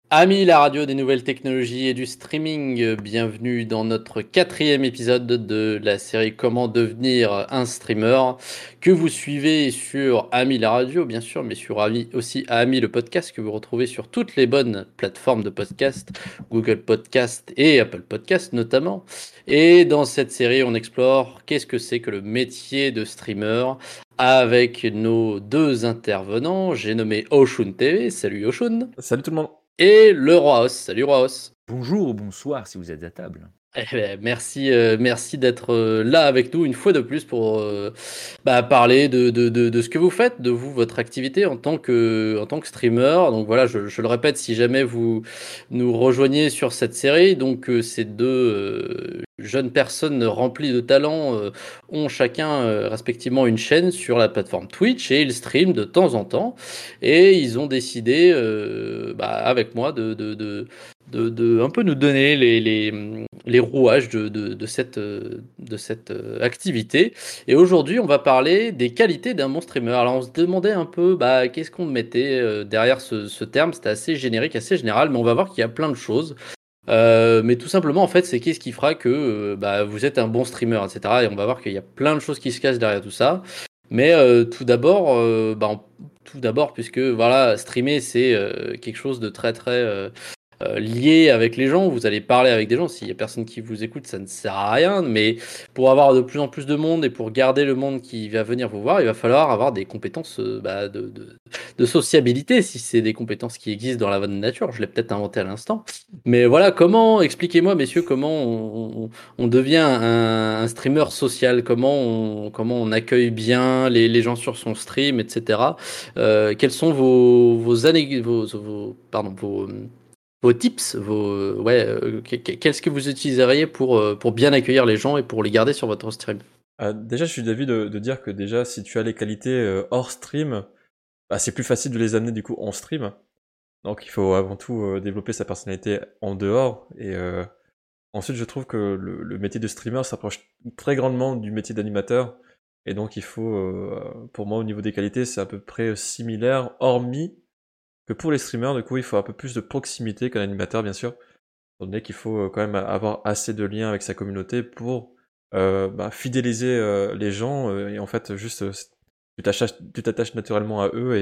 Amis, la radio des nouvelles technologies et du streaming, bienvenue dans notre quatrième épisode de la série Comment devenir un streamer que vous suivez sur Ami la radio bien sûr, mais sur Ami, aussi Ami le podcast que vous retrouvez sur toutes les bonnes plateformes de podcast, Google Podcast et Apple Podcast notamment. Et dans cette série, on explore qu'est-ce que c'est que le métier de streamer avec nos deux intervenants. J'ai nommé Oshun TV. Salut Oshun. Salut tout le monde. Et le Roi Os. Salut Roi Os. Bonjour ou bonsoir si vous êtes à table. Eh ben, merci d'être là avec nous une fois de plus pour parler de ce que vous faites, de vous, votre activité en tant que streamer. Donc voilà, je le répète, si jamais vous nous rejoignez sur cette série, donc ces deux jeunes personnes remplies de talent ont chacun respectivement une chaîne sur la plateforme Twitch et ils streament de temps en temps. Et ils ont décidé avec moi de un peu nous donner les rouages de cette activité. Et aujourd'hui, on va parler des qualités d'un bon streamer. Alors, on se demandait un peu, qu'est-ce qu'on mettait derrière ce terme. C'était assez générique, assez général, mais on va voir qu'il y a plein de choses. Mais tout simplement, en fait, c'est qu'est-ce qui fera que vous êtes un bon streamer, etc. Et on va voir qu'il y a plein de choses qui se cachent derrière tout ça. Mais tout d'abord, puisque voilà, streamer, c'est quelque chose de très très lié avec les gens, vous allez parler avec des gens. S'il y a personne qui vous écoute, ça ne sert à rien. Mais pour avoir de plus en plus de monde et pour garder le monde qui va venir vous voir, il va falloir avoir des compétences de sociabilité, si c'est des compétences qui existent dans la bonne nature. Je l'ai peut-être inventé à l'instant. Mais voilà, expliquez-moi, messieurs, comment on devient un streamer social, comment on accueille bien les gens sur son stream, etc. Quels sont vos tips, qu'est-ce que vous utiliseriez pour bien accueillir les gens et pour les garder sur votre stream? Déjà, je suis d'avis de dire que déjà, si tu as les qualités hors stream, c'est plus facile de les amener du coup en stream. Donc il faut avant tout développer sa personnalité en dehors. Et ensuite, je trouve que le métier de streamer s'approche très grandement du métier d'animateur. Et donc il faut, pour moi, au niveau des qualités, c'est à peu près similaire, hormis que pour les streamers, du coup, il faut un peu plus de proximité qu'un animateur, bien sûr. Étant donné qu'il faut quand même avoir assez de liens avec sa communauté pour fidéliser les gens et en fait juste tu t'attaches naturellement à eux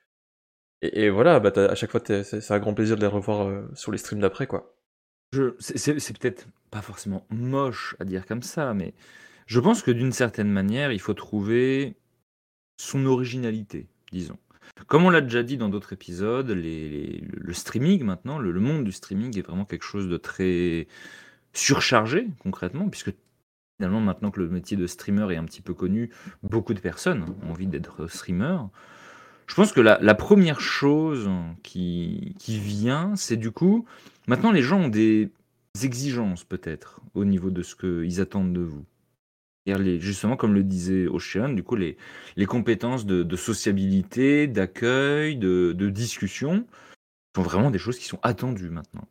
et voilà, à chaque fois c'est un grand plaisir de les revoir sur les streams d'après quoi. C'est peut-être pas forcément moche à dire comme ça, mais je pense que d'une certaine manière, il faut trouver son originalité, disons. Comme on l'a déjà dit dans d'autres épisodes, le streaming maintenant, le monde du streaming est vraiment quelque chose de très surchargé concrètement, puisque finalement maintenant que le métier de streamer est un petit peu connu, beaucoup de personnes ont envie d'être streamer. Je pense que la première chose qui vient, c'est du coup, maintenant les gens ont des exigences peut-être au niveau de ce qu'ils attendent de vous. C'est-à-dire justement, comme le disait Ocean, du coup, les compétences de sociabilité, d'accueil, de discussion sont vraiment des choses qui sont attendues maintenant.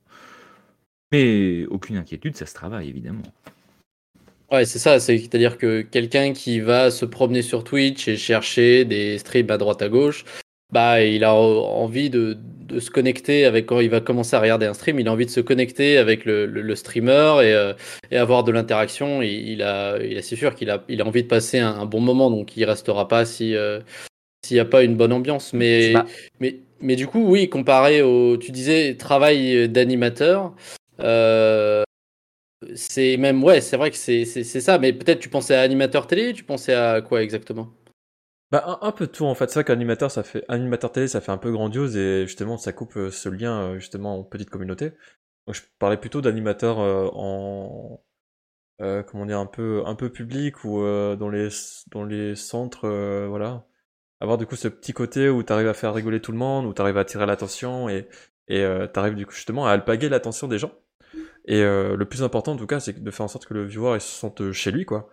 Mais aucune inquiétude, ça se travaille évidemment. Ouais, c'est ça, c'est-à-dire que quelqu'un qui va se promener sur Twitch et chercher des streams à droite à gauche, il a envie de se connecter avec, quand il va commencer à regarder un stream, il a envie de se connecter avec le streamer et avoir de l'interaction. C'est sûr qu'il a envie de passer un bon moment, donc il restera pas si, s'il n'y a pas une bonne ambiance. Mais, Bah, mais du coup, oui, comparé tu disais travail d'animateur, euh, c'est même, ouais, c'est vrai que c'est ça, mais peut-être tu pensais à animateur télé, tu pensais à quoi exactement? Un peu tout en fait, c'est vrai qu'animateur animateur télé ça fait un peu grandiose et justement ça coupe ce lien justement en petite communauté. Donc je parlais plutôt d'animateur en comment dire un peu public ou dans les centres voilà. Avoir du coup ce petit côté où t'arrives à faire rigoler tout le monde, où t'arrives à attirer l'attention et t'arrives du coup justement à alpaguer l'attention des gens. Et le plus important en tout cas, c'est de faire en sorte que le viewer il se sente chez lui quoi.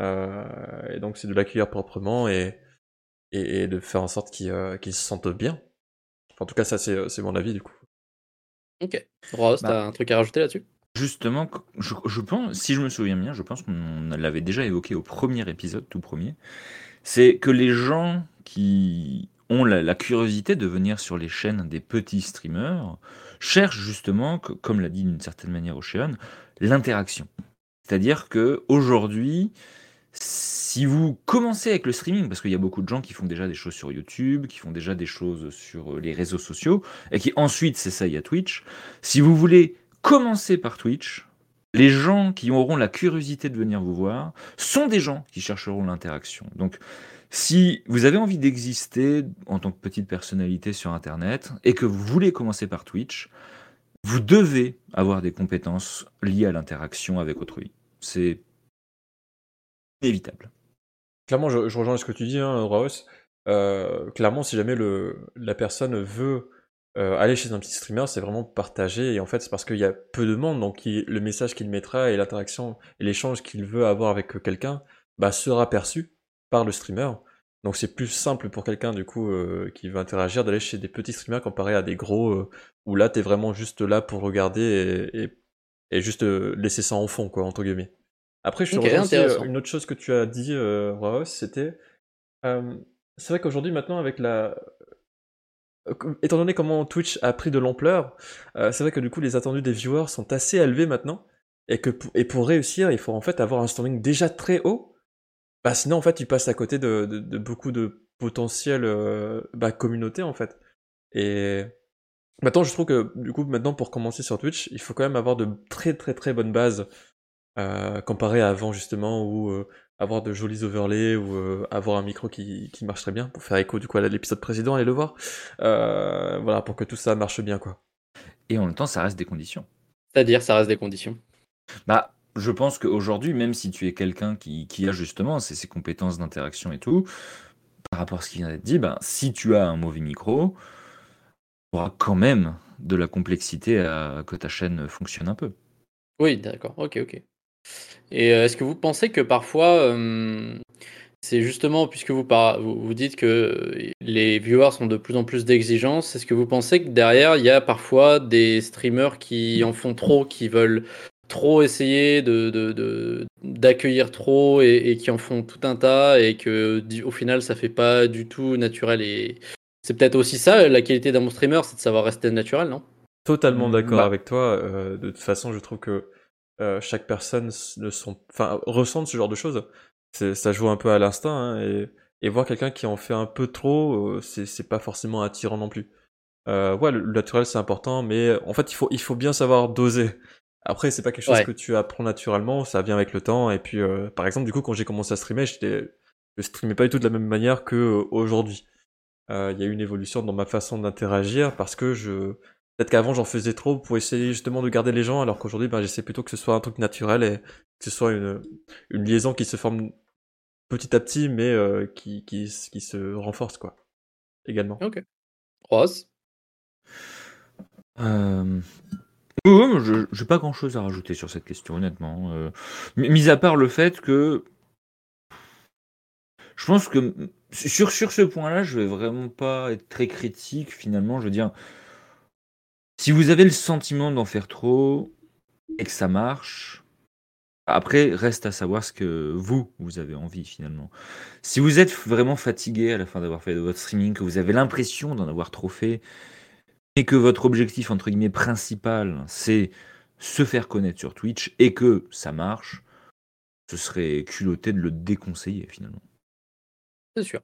Et donc c'est de l'accueillir proprement et de faire en sorte qu'il se sente bien. En tout cas ça c'est mon avis du coup. Ok. Rose, bah, t'as un truc à rajouter là-dessus? justement, je pense, si je me souviens bien, je pense qu'on l'avait déjà évoqué au premier épisode, tout premier, c'est que les gens qui ont la curiosité de venir sur les chaînes des petits streamers cherchent justement, comme l'a dit d'une certaine manière Océane, l'interaction. C'est-à-dire qu'aujourd'hui, si vous commencez avec le streaming, parce qu'il y a beaucoup de gens qui font déjà des choses sur YouTube, qui font déjà des choses sur les réseaux sociaux, et qui ensuite s'essayent à Twitch, si vous voulez commencer par Twitch, les gens qui auront la curiosité de venir vous voir sont des gens qui chercheront l'interaction. Donc, si vous avez envie d'exister en tant que petite personnalité sur Internet et que vous voulez commencer par Twitch, vous devez avoir des compétences liées à l'interaction avec autrui. C'est inévitable. Clairement, je rejoins ce que tu dis, hein, Raos. Clairement, si jamais la personne veut aller chez un petit streamer, c'est vraiment partager. Et en fait, c'est parce qu'il y a peu de monde, donc le message qu'il mettra et l'interaction et l'échange qu'il veut avoir avec quelqu'un sera perçu par le streamer. Donc c'est plus simple pour quelqu'un du coup qui veut interagir d'aller chez des petits streamers comparé à des gros où là t'es vraiment juste là pour regarder et juste laisser ça en fond, quoi, entre guillemets. Après, je te Ok, rejoins aussi, intéressant. une autre chose que tu as dit, Raos, c'était, c'est vrai qu'aujourd'hui, maintenant, avec étant donné comment Twitch a pris de l'ampleur, c'est vrai que du coup, les attendus des viewers sont assez élevés maintenant, et pour réussir, il faut en fait avoir un standing déjà très haut, sinon, en fait, tu passes à côté de beaucoup de potentielles communautés, en fait. Et maintenant, je trouve que, du coup, maintenant, pour commencer sur Twitch, il faut quand même avoir de très très très bonnes bases comparé à avant justement où avoir de jolis overlays ou avoir un micro qui marche très bien pour faire écho du coup à l'épisode précédent, allez le voir. Voilà, pour que tout ça marche bien, quoi. Et en même temps, ça reste des conditions. C'est-à-dire, ça reste des conditions. Je pense qu'aujourd'hui, même si tu es quelqu'un qui a justement ces compétences d'interaction et tout, par rapport à ce qui vient d'être dit, si tu as un mauvais micro, tu auras quand même de la complexité à que ta chaîne fonctionne un peu. Oui, d'accord. Ok. Et est-ce que vous pensez que parfois, c'est justement, puisque vous dites que les viewers sont de plus en plus d'exigences, est-ce que vous pensez que derrière, il y a parfois des streamers qui en font trop, qui veulent trop essayer d'accueillir trop et qui en font tout un tas et que au final, ça fait pas du tout naturel et c'est peut-être aussi ça, la qualité d'un bon streamer, c'est de savoir rester naturel, non? Totalement d'accord Bah, avec toi. De toute façon, je trouve que chaque personne ressent ce genre de choses. Ça joue un peu à l'instinct, hein, et voir quelqu'un qui en fait un peu trop, c'est pas forcément attirant non plus. Ouais, le naturel c'est important, mais en fait il faut bien savoir doser. Après, c'est pas quelque chose Ouais. que tu apprends naturellement, ça vient avec le temps. Et puis, par exemple, du coup, quand j'ai commencé à streamer, je streamais pas du tout de la même manière que aujourd'hui. Il y a eu une évolution dans ma façon d'interagir parce que peut-être qu'avant j'en faisais trop pour essayer justement de garder les gens, alors qu'aujourd'hui, j'essaie plutôt que ce soit un truc naturel et que ce soit une liaison qui se forme petit à petit, mais qui se renforce, quoi, également. Ok. Ross? Oui, mais je n'ai pas grand-chose à rajouter sur cette question, honnêtement. Mis à part le fait que je pense que sur ce point-là, je vais vraiment pas être très critique, finalement. Je veux dire, si vous avez le sentiment d'en faire trop et que ça marche, après, reste à savoir ce que vous avez envie, finalement. Si vous êtes vraiment fatigué à la fin d'avoir fait votre streaming, que vous avez l'impression d'en avoir trop fait, et que votre objectif, entre guillemets, principal, c'est se faire connaître sur Twitch, et que ça marche, ce serait culotté de le déconseiller, finalement. C'est sûr.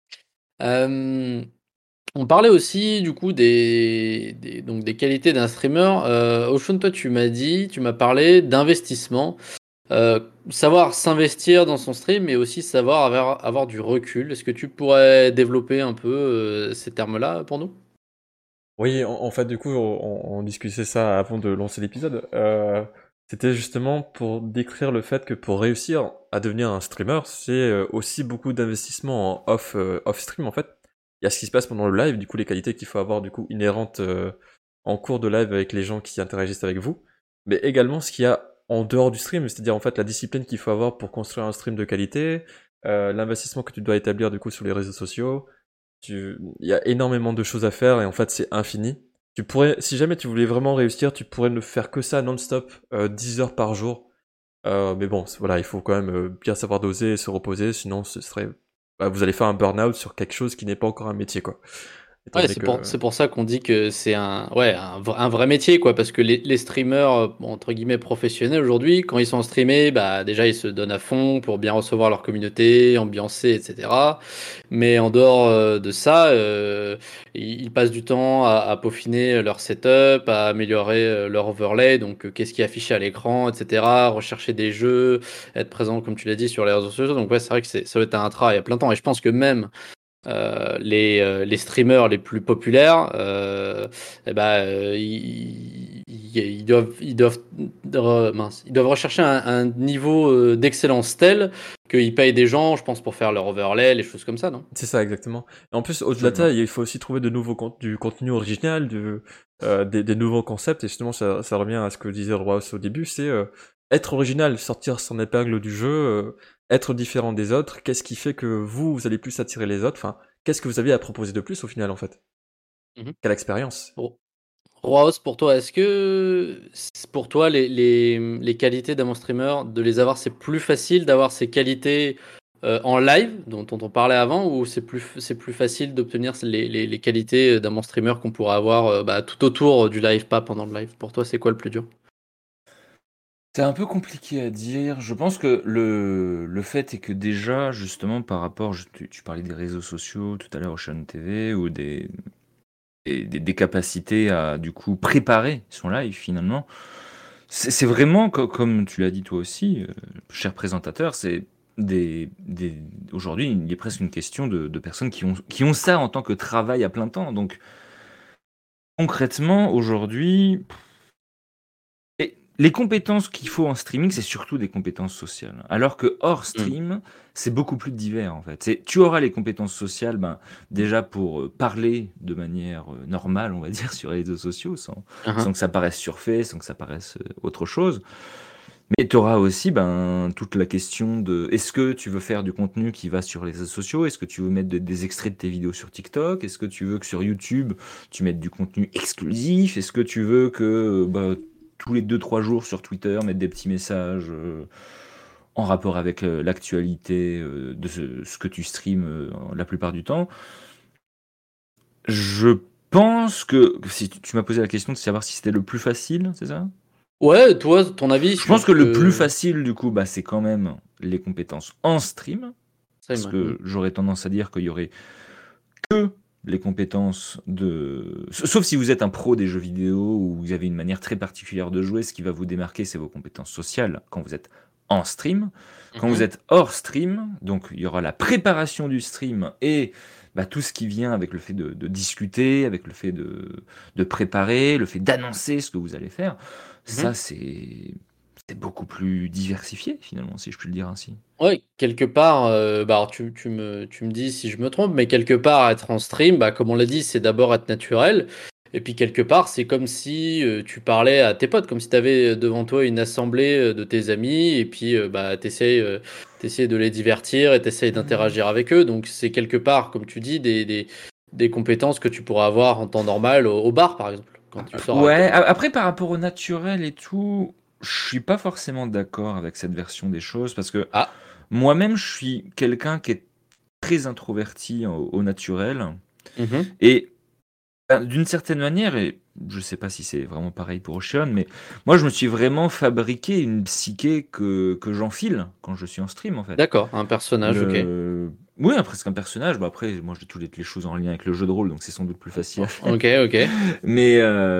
On parlait aussi du coup donc des qualités d'un streamer. Oshun, toi tu m'as parlé d'investissement. Savoir s'investir dans son stream, mais aussi savoir avoir du recul. Est-ce que tu pourrais développer un peu ces termes-là pour nous? Oui, en fait, du coup, on discutait ça avant de lancer l'épisode. C'était justement pour décrire le fait que pour réussir à devenir un streamer, c'est aussi beaucoup d'investissement en off-stream, en fait. Il y a ce qui se passe pendant le live, du coup, les qualités qu'il faut avoir, du coup, inhérentes en cours de live avec les gens qui interagissent avec vous, mais également ce qu'il y a en dehors du stream, c'est-à-dire, en fait, la discipline qu'il faut avoir pour construire un stream de qualité, l'investissement que tu dois établir, du coup, sur les réseaux sociaux. Il y a énormément de choses à faire et en fait c'est infini. Si jamais tu voulais vraiment réussir, tu pourrais ne faire que ça non-stop, 10 heures par jour. Mais bon, voilà, il faut quand même bien savoir doser et se reposer, sinon vous allez faire un burn-out sur quelque chose qui n'est pas encore un métier, quoi. étant Ouais, donné c'est que... pour ça qu'on dit que c'est un vrai métier, quoi, parce que les streamers, entre guillemets, professionnels aujourd'hui, quand ils sont streamés, bah, déjà, ils se donnent à fond pour bien recevoir leur communauté, ambiancer, etc. Mais en dehors de ça, ils passent du temps à peaufiner leur setup, à améliorer leur overlay, donc qu'est-ce qui est affiché à l'écran, etc. Rechercher des jeux, être présent, comme tu l'as dit, sur les réseaux sociaux. Donc ouais, c'est vrai que ça va être un travail à plein temps. Et je pense que même les streamers les plus populaires, eh ben, ils doivent rechercher un niveau d'excellence tel qu'ils payent des gens, je pense, pour faire leur overlay, les choses comme ça, non? C'est ça, exactement. Et en plus, au-delà de Absolument. ça, il faut aussi trouver du contenu original, des nouveaux concepts, et justement, ça revient à ce que disait Ross au début, c'est être original, sortir son épingle du jeu, être différent des autres. Qu'est-ce qui fait que vous allez plus attirer les autres? Enfin, qu'est-ce que vous avez à proposer de plus au final, en fait? Mhm. Quelle expérience? Ro- Roaos, pour toi, est-ce que pour toi les qualités d'un bon streamer, de les avoir, c'est plus facile d'avoir ces qualités en live dont on parlait avant, ou c'est plus facile d'obtenir les qualités d'un bon streamer qu'on pourrait avoir bah, tout autour du live, pas pendant le live? Pour toi, c'est quoi le plus dur? C'est un peu compliqué à dire. Je pense que le fait est que déjà, justement, par rapport, tu parlais des réseaux sociaux tout à l'heure, Ocean TV, ou des capacités à, du coup, préparer son live, finalement. C'est vraiment, comme tu l'as dit toi aussi, cher présentateur, c'est aujourd'hui, il est presque une question de personnes qui ont ça en tant que travail à plein temps. Donc, concrètement, aujourd'hui, et les compétences qu'il faut en streaming, c'est surtout des compétences sociales. Alors que hors Hmm. stream, c'est beaucoup plus divers en fait. Tu auras les compétences sociales, ben, déjà pour parler de manière normale, on va dire, sur les réseaux sociaux, sans Uhum. que ça paraisse surfait, sans que ça paraisse autre chose. Mais tu auras aussi ben, toute la question de est-ce que tu veux faire du contenu qui va sur les réseaux sociaux? Est-ce que tu veux mettre des extraits de tes vidéos sur TikTok? Est-ce que tu veux que sur YouTube, tu mettes du contenu exclusif? Est-ce que tu veux que bah, tous les 2 3 jours sur Twitter, mettre des petits messages en rapport avec l'actualité de ce que tu streams la plupart du temps? Je pense que si tu m'as posé la question de savoir si c'était le plus facile, c'est ça? Ouais, toi, ton avis Je pense sur que le plus que facile, du coup, bah, c'est quand même les compétences en stream, ça, parce que j'aurais tendance à dire qu'il y aurait que les compétences de... Sauf si vous êtes un pro des jeux vidéo ou vous avez une manière très particulière de jouer, ce qui va vous démarquer, c'est vos compétences sociales quand vous êtes en stream. Quand vous Mhm. êtes hors stream, donc il y aura la préparation du stream et bah, tout ce qui vient avec le fait de discuter, avec le fait de préparer, le fait d'annoncer ce que vous allez faire. Ça, Mhm. c'est beaucoup plus diversifié, finalement, si je puis le dire ainsi. Ouais, quelque part, bah alors tu me dis si je me trompe, mais quelque part, être en stream, bah, comme on l'a dit, c'est d'abord être naturel. Et puis quelque part, c'est comme si tu parlais à tes potes, comme si tu avais devant toi une assemblée de tes amis, et puis bah, t'essayes de les divertir et t'essayes d'interagir avec eux. Donc c'est quelque part, comme tu dis, des compétences que tu pourras avoir en temps normal au bar, par exemple, quand tu sors avec tes Ouais, potes. après, par rapport au naturel et tout, je suis pas forcément d'accord avec cette version des choses parce que Ah, moi-même, je suis quelqu'un qui est très introverti au naturel. mhm. Et ben, d'une certaine manière, et je sais pas si c'est vraiment pareil pour Ocean, mais moi, je me suis vraiment fabriqué une psyché que j'enfile quand je suis en stream, en fait. D'accord, un personnage, ok. Oui, presque un personnage. Bon, après, moi, j'ai toutes les choses en lien avec le jeu de rôle, donc c'est sans doute plus facile à faire. Ok, ok. Mais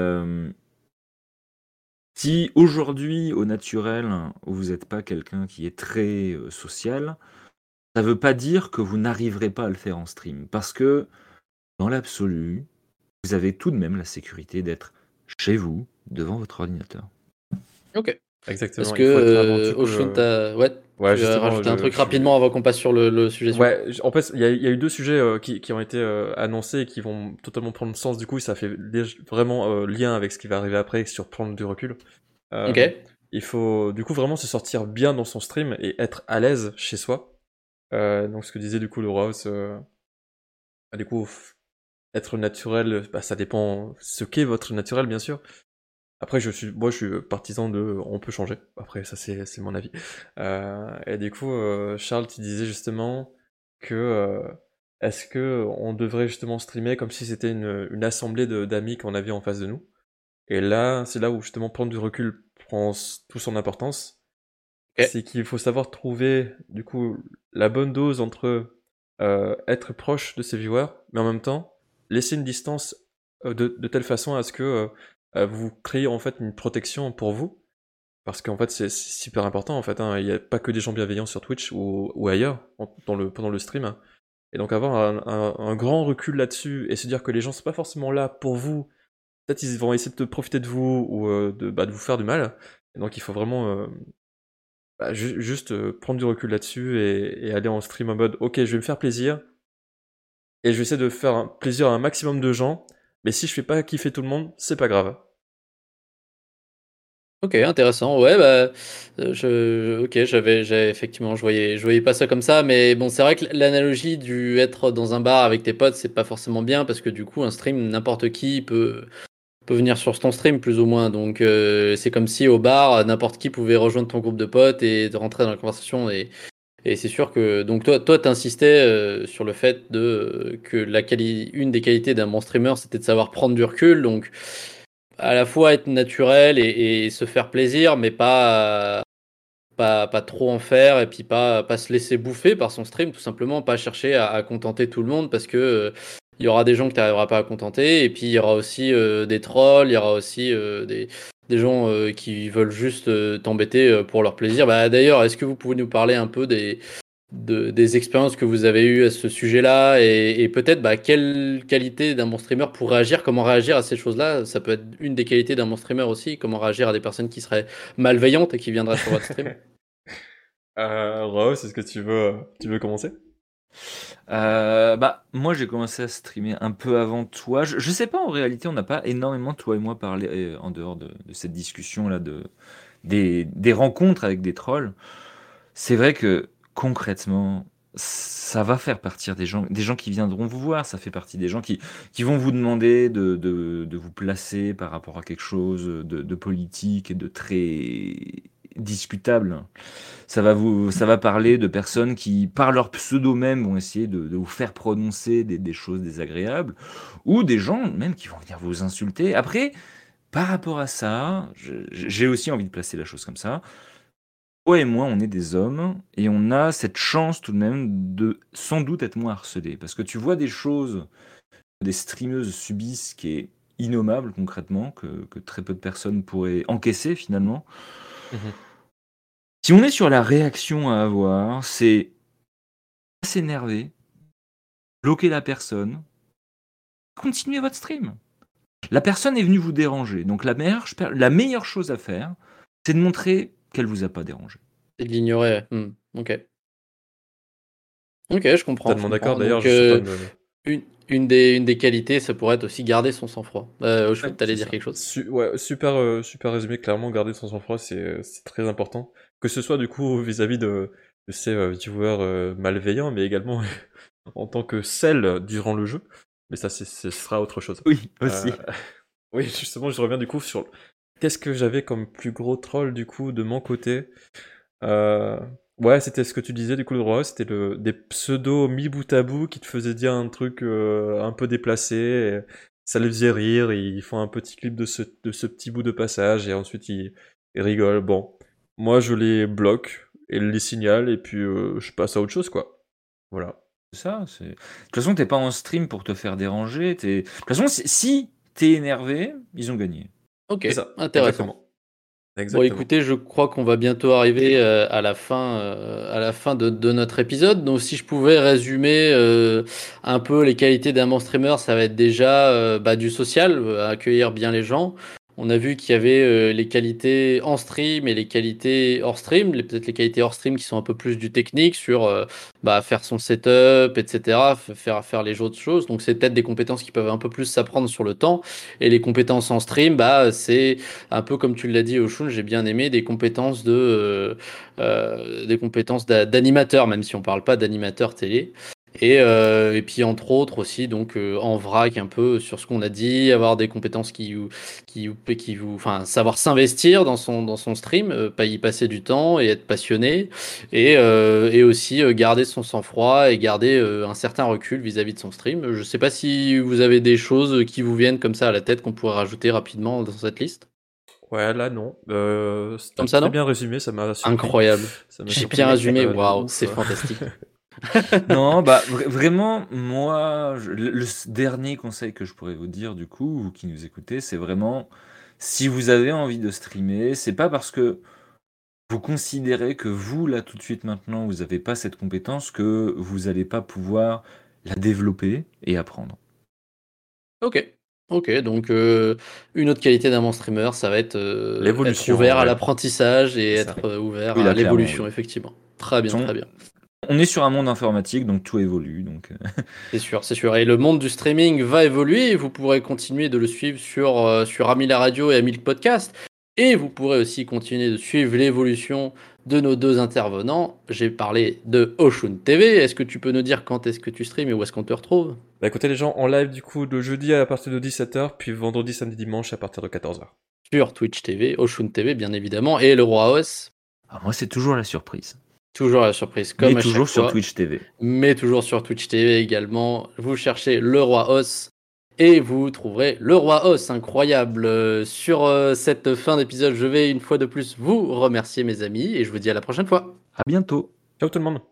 si aujourd'hui, au naturel, vous n'êtes pas quelqu'un qui est très social, ça veut pas dire que vous n'arriverez pas à le faire en stream. Parce que, dans l'absolu, vous avez tout de même la sécurité d'être chez vous, devant votre ordinateur. Ok. Est-ce Exactement, que il faut être avant tout... Oshun, ouais, Ouais, tu veux justement, rajouter un truc je suis... rapidement avant qu'on passe sur le suivant? Ouais, en fait, il y a eu deux sujets qui ont été annoncés et qui vont totalement prendre sens du coup, et ça fait vraiment lien avec ce qui va arriver après sur prendre du recul. Ok. Euh, il faut du coup vraiment se sortir bien dans son stream et être à l'aise chez soi. Donc ce que disait du coup le Rouse, du coup, être naturel, bah, ça dépend ce qu'est votre naturel bien sûr. Après, moi, je suis partisan de, on peut changer. Après, ça, c'est mon avis. Et du coup, Charles, tu disais justement que est-ce que on devrait justement streamer comme si c'était une assemblée d'amis qu'on avait en face de nous? Et là, c'est là où justement prendre du recul prend tout son importance. Ok. C'est qu'il faut savoir trouver du coup la bonne dose entre être proche de ses viewers, mais en même temps laisser une distance de telle façon à ce que vous créez en fait une protection pour vous, parce qu'en fait c'est super important en fait, hein. Il n'y a pas que des gens bienveillants sur Twitch ou ailleurs pendant le stream, hein. Et donc avoir un grand recul là-dessus et se dire que les gens sont pas forcément là pour vous. Peut-être ils vont essayer de profiter de vous ou de vous faire du mal. Et donc il faut vraiment juste prendre du recul là-dessus et aller en stream en mode ok, je vais me faire plaisir et je vais essayer de faire un plaisir à un maximum de gens. Mais si je fais pas kiffer tout le monde, c'est pas grave. Ok, intéressant. Ouais, bah, ok, j'avais effectivement, je voyais pas ça comme ça, mais bon, c'est vrai que l'analogie du être dans un bar avec tes potes, c'est pas forcément bien parce que du coup, un stream, n'importe qui peut venir sur ton stream plus ou moins. Donc, c'est comme si au bar, n'importe qui pouvait rejoindre ton groupe de potes et de rentrer dans la conversation. Et c'est sûr que, donc toi, t'insistais sur le fait que une des qualités d'un bon streamer, c'était de savoir prendre du recul. Donc, à la fois être naturel et se faire plaisir, mais pas trop en faire et puis pas se laisser bouffer par son stream, tout simplement, pas chercher à contenter tout le monde parce que il y aura des gens que tu n'arriveras pas à contenter et puis il y aura aussi des trolls, il y aura aussi des gens qui veulent juste t'embêter pour leur plaisir. Bah, d'ailleurs, est-ce que vous pouvez nous parler un peu des expériences que vous avez eues à ce sujet-là et peut-être quelle qualité d'un bon streamer pour réagir, comment réagir à ces choses-là? Ça peut être une des qualités d'un bon streamer aussi, comment réagir à des personnes qui seraient malveillantes et qui viendraient sur votre stream. Rose, est-ce que tu veux commencer? Bah, moi, j'ai commencé à streamer un peu avant toi. Je sais pas, en réalité, on n'a pas énormément, toi et moi, parlé en dehors de cette discussion-là, des rencontres avec des trolls. C'est vrai que concrètement, ça va faire partir des gens qui viendront vous voir. Ça fait partie des gens qui vont vous demander de vous placer par rapport à quelque chose de politique et de très discutable. Ça va parler de personnes qui, par leur pseudo même, vont essayer de vous faire prononcer des choses désagréables, ou des gens même qui vont venir vous insulter. Après, par rapport à ça, j'ai aussi envie de placer la chose comme ça. Toi et moi, on est des hommes, et on a cette chance tout de même de sans doute être moins harcelés. Parce que tu vois des choses que des streameuses subissent qui est innommable concrètement, que très peu de personnes pourraient encaisser finalement. Mhm. Si on est sur la réaction à avoir, c'est pas s'énerver, bloquer la personne, continuez votre stream. La personne est venue vous déranger. Donc la meilleure chose à faire, c'est de montrer qu'elle vous a pas dérangé. Et de l'ignorer. Ok. Ok, je comprends, je Totalement d'accord. comprends. D'ailleurs, Donc, je suis en train de. une des qualités, ça pourrait être aussi garder son sang-froid. Ouais, T'allais c'est dire ça. quelque chose. Ouais, super résumé. Clairement, garder son sang-froid, c'est très important. Que ce soit du coup vis-à-vis de ces viewers malveillants, mais également en tant que sel durant le jeu. Mais ça, ce sera autre chose. Oui, Euh, aussi. oui, justement, je reviens du coup sur qu'est-ce que j'avais comme plus gros troll du coup de mon côté. Euh, Ouais, c'était ce que tu disais du coup, le droit, c'était des pseudos mis bout à bout qui te faisaient dire un truc un peu déplacé. Et ça les faisait rire, ils font un petit clip de ce petit bout de passage et ensuite ils rigolent. Bon, moi je les bloque et les signale et puis je passe à autre chose quoi. Voilà. C'est ça. De toute façon, t'es pas en stream pour te faire déranger. De toute façon, si t'es énervé, ils ont gagné. Ok, C'est ça, intéressant. exactement. Bon, Exactement. écoutez, je crois qu'on va bientôt arriver à la fin de notre épisode. Donc, si je pouvais résumer un peu les qualités d'un bon streamer, ça va être déjà du social, accueillir bien les gens. On a vu qu'il y avait les qualités en stream et les qualités hors stream. Peut-être les qualités hors stream qui sont un peu plus du technique sur faire son setup, etc., faire les autres choses. Donc, c'est peut-être des compétences qui peuvent un peu plus s'apprendre sur le temps. Et les compétences en stream, c'est un peu comme tu l'as dit, Oshun, j'ai bien aimé des compétences d'animateur, même si on parle pas d'animateur télé. Et puis entre autres aussi, donc en vrac un peu sur ce qu'on a dit, avoir des compétences enfin savoir s'investir dans son stream, pas y passer du temps et être passionné, et aussi garder son sang-froid et garder un certain recul vis-à-vis de son stream. Je sais pas si vous avez des choses qui vous viennent comme ça à la tête qu'on pourrait rajouter rapidement dans cette liste. Ouais, là non. C'était Comme ça, très non? bien résumé, ça m'a surpris. Incroyable. Ça m'a J'ai surpris, bien résumé, de waouh, ouf. c'est fantastique. Non, bah vraiment, moi, le dernier conseil que je pourrais vous dire, du coup, vous qui nous écoutez, c'est vraiment, si vous avez envie de streamer, c'est pas parce que vous considérez que vous, là, tout de suite, maintenant, vous n'avez pas cette compétence que vous n'allez pas pouvoir la développer et apprendre. Ok. Ok, donc une autre qualité d'un bon streamer, ça va être être L'évolution, ouvert à ouais. l'apprentissage et C'est ça. être ouvert Oui, à là, clairement, l'évolution, oui. effectivement. Très bien, Son- très bien. On est sur un monde informatique, donc tout évolue. Donc, C'est sûr, c'est sûr. Et le monde du streaming va évoluer. Vous pourrez continuer de le suivre sur Ami la Radio et Ami le Podcast. Et vous pourrez aussi continuer de suivre l'évolution de nos deux intervenants. J'ai parlé de Oshun TV. Est-ce que tu peux nous dire quand est-ce que tu streams et où est-ce qu'on te retrouve? Bah écoutez les gens, en live du coup de jeudi à partir de 17h, puis vendredi, samedi, dimanche à partir de 14h. Sur Twitch TV, Oshun TV bien évidemment, et le Roi Os, moi, c'est toujours la surprise. toujours à la surprise comme Mais à chaque toujours sur fois. Twitch TV. Mais toujours sur Twitch TV également. Vous cherchez le Roi Os et vous trouverez le Roi Os. Incroyable. Sur cette fin d'épisode, je vais une fois de plus vous remercier mes amis et je vous dis à la prochaine fois. À bientôt. Ciao tout le monde.